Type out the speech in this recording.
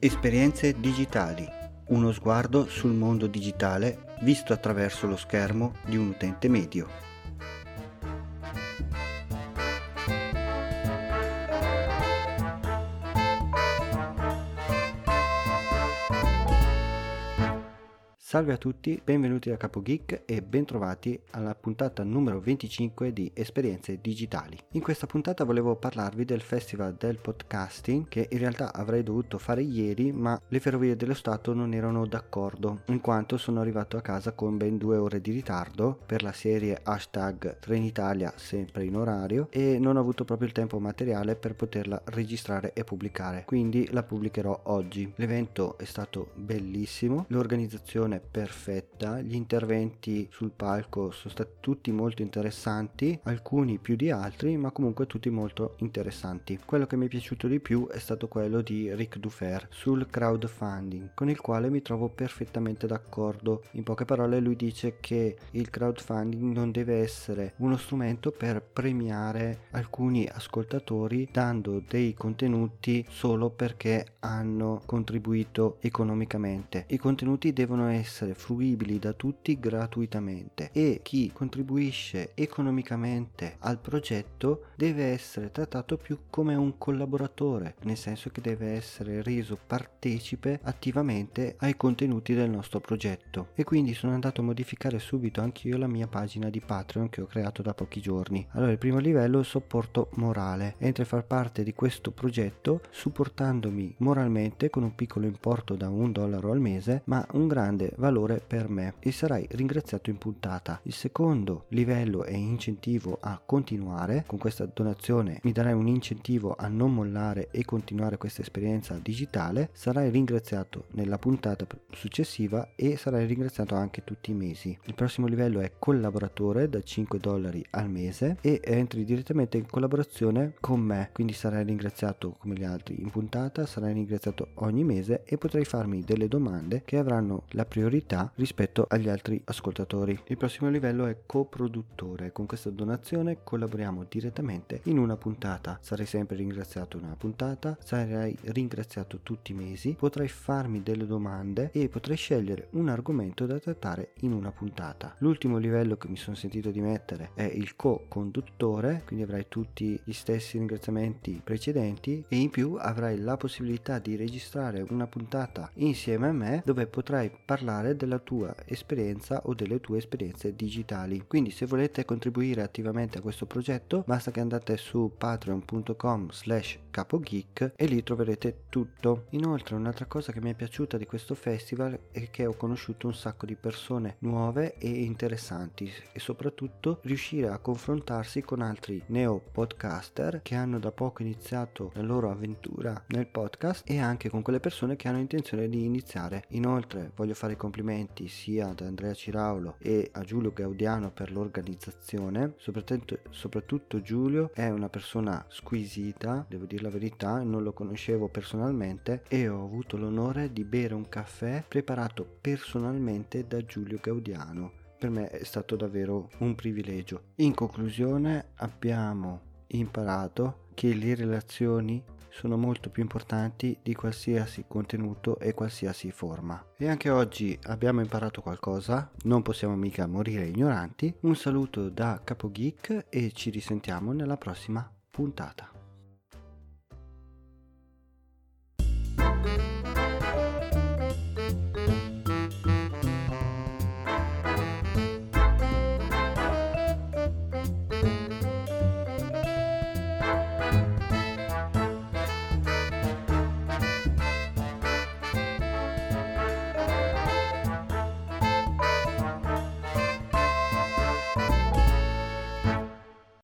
Esperienze digitali, uno sguardo sul mondo digitale visto attraverso lo schermo di un utente medio. Salve a tutti, benvenuti da Capo Geek e bentrovati alla puntata numero 25 di Esperienze Digitali. In questa puntata volevo parlarvi del Festival del Podcasting che in realtà avrei dovuto fare ieri, ma le Ferrovie dello Stato non erano d'accordo, in quanto sono arrivato a casa con ben 2 ore di ritardo per la serie #Trenitalia sempre in orario e non ho avuto proprio il tempo materiale per poterla registrare e pubblicare, quindi la pubblicherò oggi. L'evento è stato bellissimo, l'organizzazione perfetta, gli interventi sul palco sono stati tutti molto interessanti, alcuni più di altri, ma comunque tutti molto interessanti. Quello che mi è piaciuto di più è stato quello di Ric Dufer sul crowdfunding, con il quale mi trovo perfettamente d'accordo. In poche parole lui dice che il crowdfunding non deve essere uno strumento per premiare alcuni ascoltatori dando dei contenuti solo perché hanno contribuito economicamente. I contenuti devono essere fruibili da tutti gratuitamente e chi contribuisce economicamente al progetto deve essere trattato più come un collaboratore, nel senso che deve essere reso partecipe attivamente ai contenuti del nostro progetto. E quindi sono andato a modificare subito anch'io la mia pagina di Patreon che ho creato da pochi giorni. Allora, il primo livello è il supporto morale. Entri a far parte di questo progetto supportandomi moralmente con un piccolo importo da $1 al mese, ma un grande valore per me, e sarai ringraziato in puntata. Il secondo livello è incentivo a continuare. Con questa donazione mi darai un incentivo a non mollare e continuare questa esperienza digitale. Sarai ringraziato nella puntata successiva e sarai ringraziato anche tutti i mesi. Il prossimo livello è collaboratore da $5 al mese e entri direttamente in collaborazione con me, quindi sarai ringraziato come gli altri in puntata, sarai ringraziato ogni mese e potrai farmi delle domande che avranno la priorità rispetto agli altri ascoltatori. Il prossimo livello è coproduttore. Con questa donazione collaboriamo direttamente in una puntata. Sarai sempre ringraziato in una puntata, sarai ringraziato tutti i mesi, potrai farmi delle domande e potrai scegliere un argomento da trattare in una puntata. L'ultimo livello che mi sono sentito di mettere è il co-conduttore, quindi avrai tutti gli stessi ringraziamenti precedenti e in più avrai la possibilità di registrare una puntata insieme a me dove potrai parlare della tua esperienza o delle tue esperienze digitali. Quindi se volete contribuire attivamente a questo progetto basta che andate su patreon.com/capogeek e lì troverete tutto. Inoltre un'altra cosa che mi è piaciuta di questo festival è che ho conosciuto un sacco di persone nuove e interessanti e soprattutto riuscire a confrontarsi con altri neo podcaster che hanno da poco iniziato la loro avventura nel podcast e anche con quelle persone che hanno intenzione di iniziare. Inoltre voglio fare i complimenti sia ad Andrea Ciraulo e a Giulio Gaudiano per l'organizzazione. Soprattutto Giulio è una persona squisita, devo dire la verità, non lo conoscevo personalmente e ho avuto l'onore di bere un caffè preparato personalmente da Giulio Gaudiano. Per me è stato davvero un privilegio. In conclusione, abbiamo imparato che le relazioni sono molto più importanti di qualsiasi contenuto e qualsiasi forma. E anche oggi abbiamo imparato qualcosa, non possiamo mica morire ignoranti. Un saluto da Capo Geek e ci risentiamo nella prossima puntata.